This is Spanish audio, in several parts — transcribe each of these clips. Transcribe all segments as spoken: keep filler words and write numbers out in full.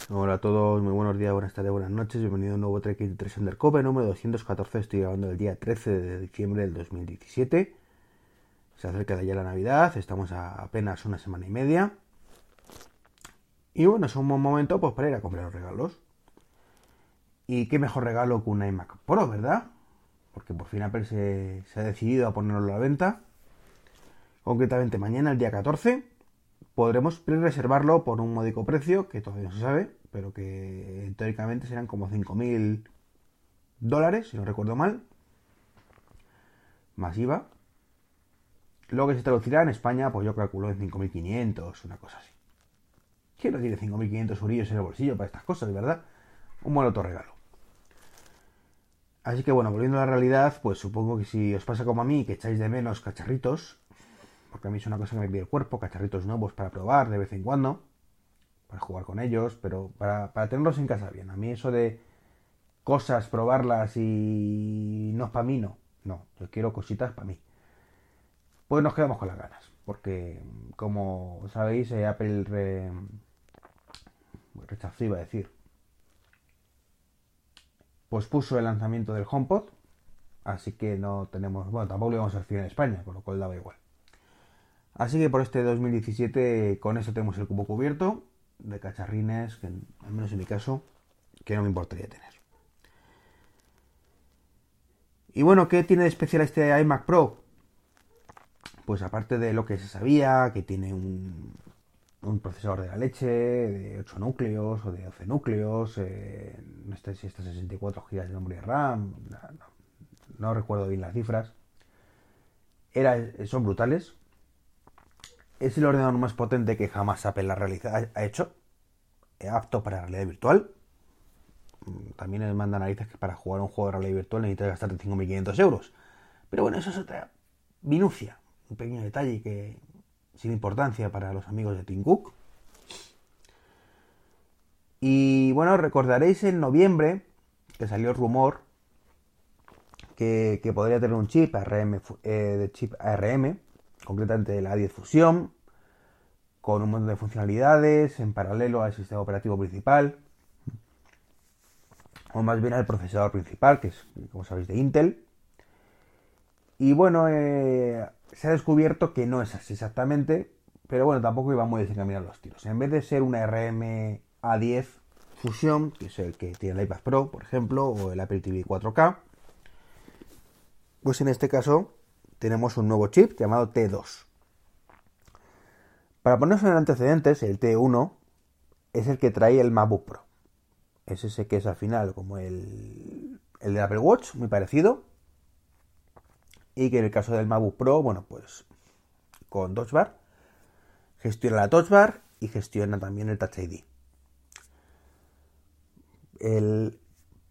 Hola a todos, muy buenos días, buenas tardes, buenas noches. Bienvenido a un nuevo Trek veintitrés Undercover número doscientos catorce. Estoy grabando el día trece de diciembre del dos mil diecisiete. Se acerca ya la Navidad, estamos a apenas una semana y media. Y bueno, es un buen momento pues para ir a comprar los regalos. Y qué mejor regalo que un iMac Pro, ¿verdad? Porque por fin Apple se, se ha decidido a ponerlo a la venta. Concretamente mañana, el día catorce, podremos pre-reservarlo por un módico precio que todavía no se sabe, pero que teóricamente serán como cinco mil dólares, si no recuerdo mal, más IVA. Lo que se traducirá en España, pues yo calculo en cinco mil quinientos, una cosa así. ¿Quién no tiene cinco mil quinientos eurillos en el bolsillo para estas cosas, verdad? Un buen autorregalo. Así que bueno, volviendo a la realidad, pues supongo que si os pasa como a mí, que echáis de menos cacharritos, porque a mí es una cosa que me pide el cuerpo, cacharritos nuevos para probar de vez en cuando, para jugar con ellos, pero para, para tenerlos en casa bien. A mí eso de cosas, probarlas y no es para mí, no. No, yo quiero cositas para mí. Pues nos quedamos con las ganas, porque como sabéis, eh, Apple re- rechazó, iba a decir, pues puso el lanzamiento del HomePod, así que no tenemos, bueno, tampoco lo íbamos a recibir en España, con lo cual daba igual. Así que por este dos mil diecisiete con eso tenemos el cubo cubierto de cacharrines, que al menos en mi caso, que no me importaría tener. Y bueno, ¿qué tiene de especial este iMac Pro? Pues aparte de lo que se sabía, que tiene un, un procesador de la leche de ocho núcleos o de doce núcleos, eh, no sé si está sesenta y cuatro gigas de memoria RAM, no, no, no recuerdo bien las cifras. Era, son brutales. Es el ordenador más potente que jamás Apple ha, realizado, ha hecho, apto para realidad virtual. También me manda narices que para jugar un juego de realidad virtual necesitas gastarte cinco mil quinientos euros. Pero bueno, eso es otra minucia, un pequeño detalle que sin importancia para los amigos de Tim Cook. Y bueno, recordaréis en noviembre que salió el rumor que, que podría tener un chip A R M, eh, de chip A R M, concretamente la A diez Fusión, con un montón de funcionalidades en paralelo al sistema operativo principal, o más bien al procesador principal, que es, como sabéis, de Intel. Y bueno, eh, se ha descubierto que no es así exactamente, pero bueno, tampoco iba muy desencaminados los tiros. En vez de ser una A R M A diez Fusion, que es el que tiene el iPad Pro, por ejemplo, o el Apple T V cuatro K, pues en este caso tenemos un nuevo chip llamado T dos. Para ponerse en antecedentes, el T uno es el que trae el MacBook Pro. Es ese que es al final como el, el de Apple Watch, muy parecido. Y que en el caso del MacBook Pro, bueno, pues con Touch Bar, gestiona la Touch Bar y gestiona también el Touch I D. El,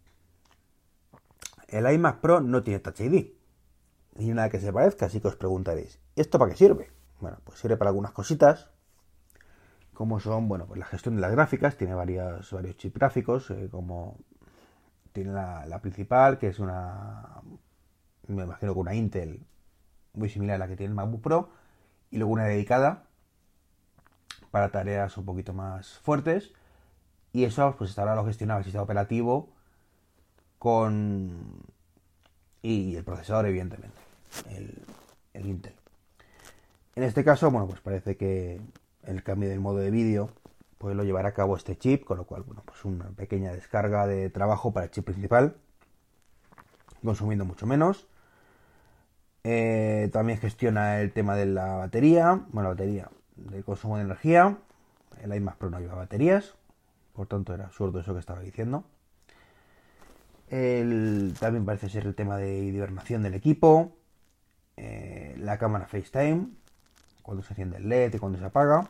el iMac Pro no tiene Touch I D, ni nada que se parezca, así que os preguntaréis, ¿esto para qué sirve? Bueno, pues sirve para algunas cositas, como son, bueno, pues la gestión de las gráficas, tiene varios, varios chips gráficos, eh, como tiene la, la principal, que es una, me imagino que una Intel muy similar a la que tiene el MacBook Pro, y luego una dedicada para tareas un poquito más fuertes, y eso pues hasta ahora lo gestionaba el sistema operativo con y el procesador, evidentemente, el, el Intel. En este caso, bueno, pues parece que el cambio del modo de vídeo pues lo llevará a cabo este chip, con lo cual, bueno, pues una pequeña descarga de trabajo para el chip principal, consumiendo mucho menos. Eh, también gestiona el tema de la batería, bueno, la batería, del consumo de energía. El iMac Pro no lleva baterías, por tanto era absurdo eso que estaba diciendo. El, también parece ser el tema de hibernación del equipo, eh, la cámara FaceTime, cuando se enciende el L E D y cuando se apaga.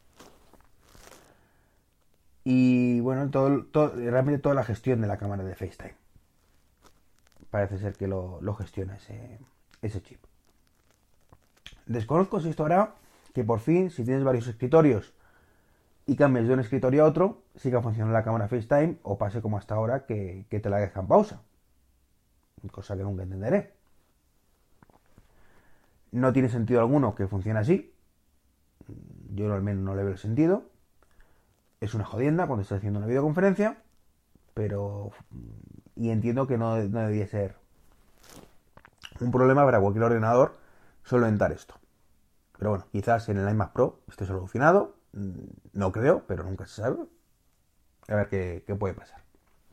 Y bueno, todo, todo, realmente toda la gestión de la cámara de FaceTime. Parece ser que lo, lo gestiona ese, ese chip. Desconozco si esto hará que por fin, si tienes varios escritorios y cambias de un escritorio a otro, siga funcionando la cámara FaceTime o pase como hasta ahora que, que te la deja en pausa. Cosa que nunca entenderé. No tiene sentido alguno que funcione así. Yo al menos no le veo el sentido. es una jodienda cuando estás haciendo una videoconferencia, pero... Y entiendo que no, no debería ser un problema para cualquier ordenador solventar esto. Pero bueno, quizás en el iMac Pro esté solucionado. No creo, pero nunca se sabe. A ver qué, qué puede pasar.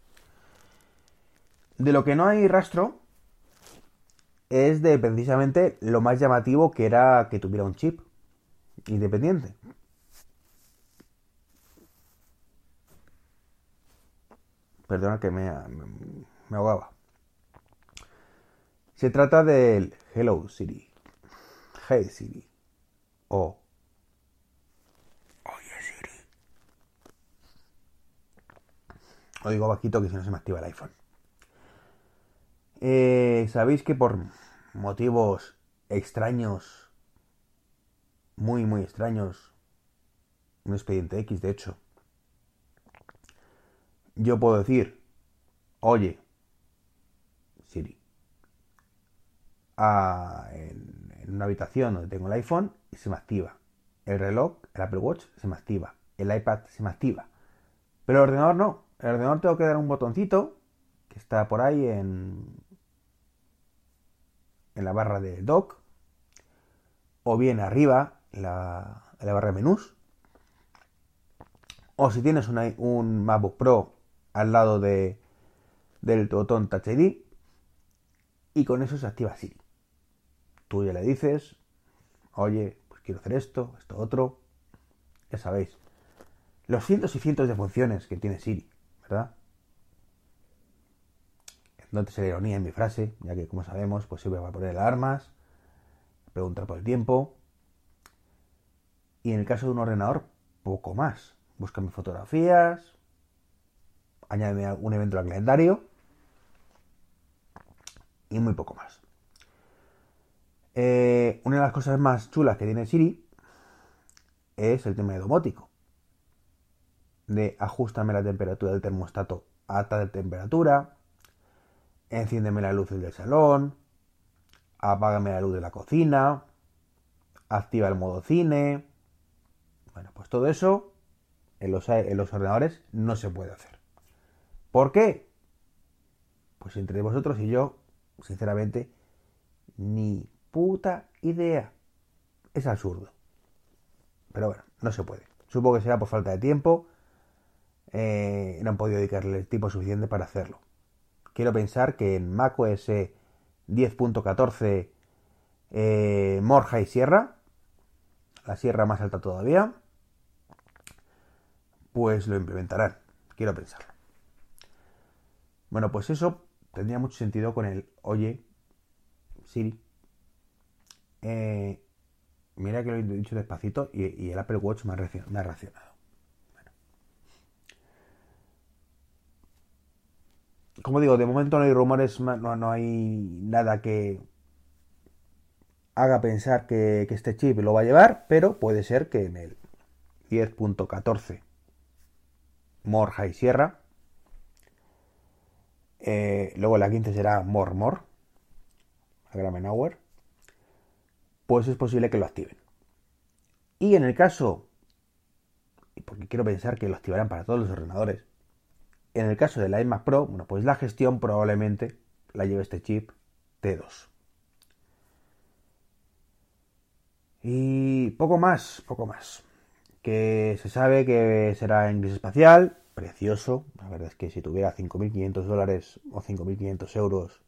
De lo que no hay rastro es de precisamente lo más llamativo, que era que tuviera un chip independiente. Perdona que me, me, me ahogaba. Se trata del Hello Siri, Hey Siri o Oye Siri. Lo digo bajito que si no se me activa el iPhone. Eh, Sabéis que por motivos extraños, muy muy extraños, un expediente X de hecho, yo puedo decir, oye Siri, a, en, en una habitación donde tengo el iPhone y se me activa. El reloj, el Apple Watch, se me activa. El iPad se me activa. Pero el ordenador no. El ordenador tengo que dar un botoncito que está por ahí en, en la barra de dock. O bien arriba en la, en la barra de menús. O si tienes una, un MacBook Pro al lado de, del botón Touch I D. Y con eso se activa Siri. Tú ya le dices, oye, pues quiero hacer esto, esto otro. Ya sabéis. Los cientos y cientos de funciones que tiene Siri, ¿verdad? No te la ironía en mi frase, ya que como sabemos, pues sirve para poner alarmas, preguntar por el tiempo. Y en el caso de un ordenador, poco más. Búscame fotografías, añádeme un evento al calendario y muy poco más. Eh, una de las cosas más chulas que tiene Siri es el tema de domótico. De ajustame la temperatura del termostato a tal temperatura, enciéndeme las luces del salón, apágame la luz de la cocina, activa el modo cine. Bueno, pues todo eso en los, en los ordenadores no se puede hacer. ¿Por qué? Pues entre vosotros y yo, sinceramente, ni puta idea. Es absurdo. Pero bueno, no se puede. Supongo que será por falta de tiempo. Eh, no han podido dedicarle el tiempo suficiente para hacerlo. Quiero pensar que en macOS diez punto catorce eh, More High Sierra, la sierra más alta todavía, pues lo implementarán. Quiero pensarlo. Bueno, pues eso tendría mucho sentido con el oye Siri. Eh, mira que lo he dicho despacito y, y el Apple Watch me ha, me ha reaccionado. Bueno. Como digo, de momento no hay rumores, no, no hay nada que haga pensar que, que este chip lo va a llevar, pero puede ser que en el diez punto catorce More High Sierra, eh, luego la quince será More More, a Gramenauer, pues es posible que lo activen. Y en el caso, y porque quiero pensar que lo activarán para todos los ordenadores, en el caso del iMac Pro, bueno, pues la gestión probablemente la lleve este chip T dos. Y poco más, poco más. Que se sabe que será en gris espacial, precioso. La verdad es que si tuviera cinco mil quinientos dólares o cinco mil quinientos euros,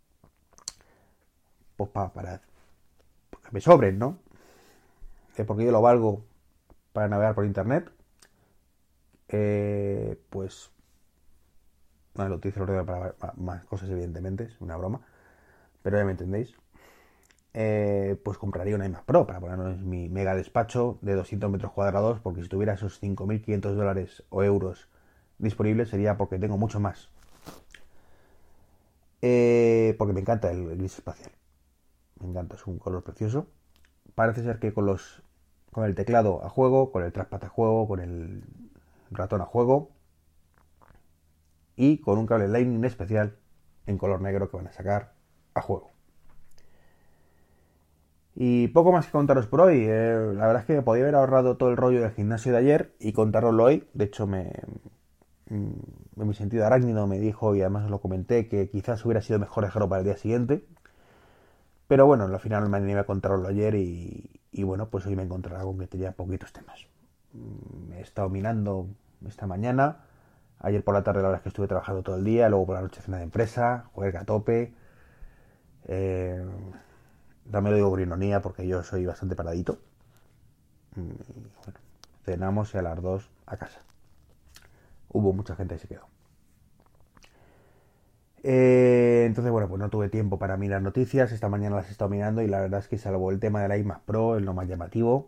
pues para, para que me sobren, ¿no? Porque yo lo valgo para navegar por internet. Eh, pues no lo utilizo el ordenador para más cosas, evidentemente, es una broma, pero ya me entendéis. Eh, pues compraría una iMac Pro para ponerlo en mi mega despacho de doscientos metros cuadrados, porque si tuviera esos cinco mil quinientos dólares o euros disponibles sería porque tengo mucho más. Eh, porque me encanta el gris espacial. Me encanta, es un color precioso. Parece ser que con los con el teclado a juego, con el trackpad a juego, con el ratón a juego y con un cable Lightning especial en color negro que van a sacar a juego. Y poco más que contaros por hoy. Eh, la verdad es que me podía haber ahorrado todo el rollo del gimnasio de ayer y contároslo hoy. De hecho, me, mm, en mi sentido arácnido me dijo, y además os lo comenté, que quizás hubiera sido mejor dejarlo para el día siguiente. Pero bueno, al final me animé a contároslo ayer y, y bueno, pues hoy me encontrará con que tenía poquitos temas. Mm, Me he estado minando esta mañana. Ayer por la tarde la verdad es que estuve trabajando todo el día, luego por la noche cena de empresa, juerga a tope. Eh, También lo digo con ironía porque yo soy bastante paradito. Y bueno, cenamos y a las dos a casa. Hubo mucha gente y se quedó. Eh, entonces, bueno, pues no tuve tiempo para mirar noticias. Esta mañana las he estado mirando y la verdad es que salvo el tema de la iMac Pro es lo más llamativo.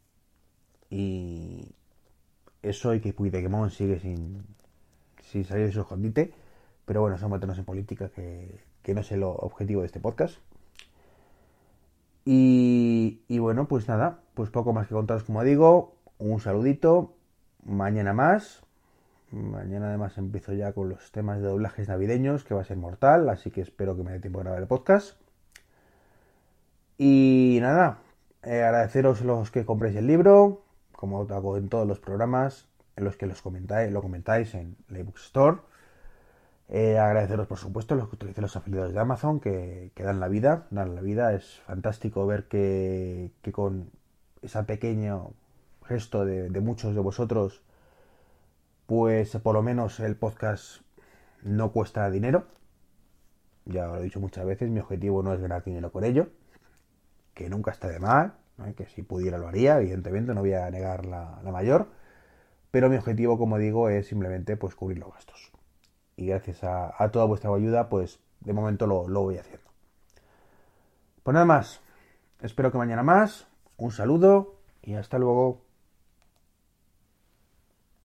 Y eso y que Puigdemont sigue sin, sin salir de su escondite. Pero bueno, son meternos en política que, que no es el objetivo de este podcast. Y, y bueno, pues nada, pues poco más que contaros como digo. Un saludito. Mañana más. Mañana además empiezo ya con los temas de doblajes navideños, que va a ser mortal, así que espero que me dé tiempo de grabar el podcast. Y nada, eh, agradeceros los que compréis el libro, como hago en todos los programas, en los que los comentáis, lo comentáis en la ebook Store. Eh, agradeceros, por supuesto, los que utilicéis los afiliados de Amazon, que, que dan la vida, dan la vida. Es fantástico ver que, que con ese pequeño gesto de, de muchos de vosotros, pues por lo menos el podcast no cuesta dinero. Ya lo he dicho muchas veces, mi objetivo no es ganar dinero con ello, que nunca está de mal, ¿no? Que si pudiera lo haría, evidentemente, no voy a negar la, la mayor, pero mi objetivo, como digo, es simplemente pues cubrir los gastos. Y gracias a, a toda vuestra ayuda, pues de momento lo, lo voy haciendo. Pues nada más, espero que mañana más, un saludo y hasta luego.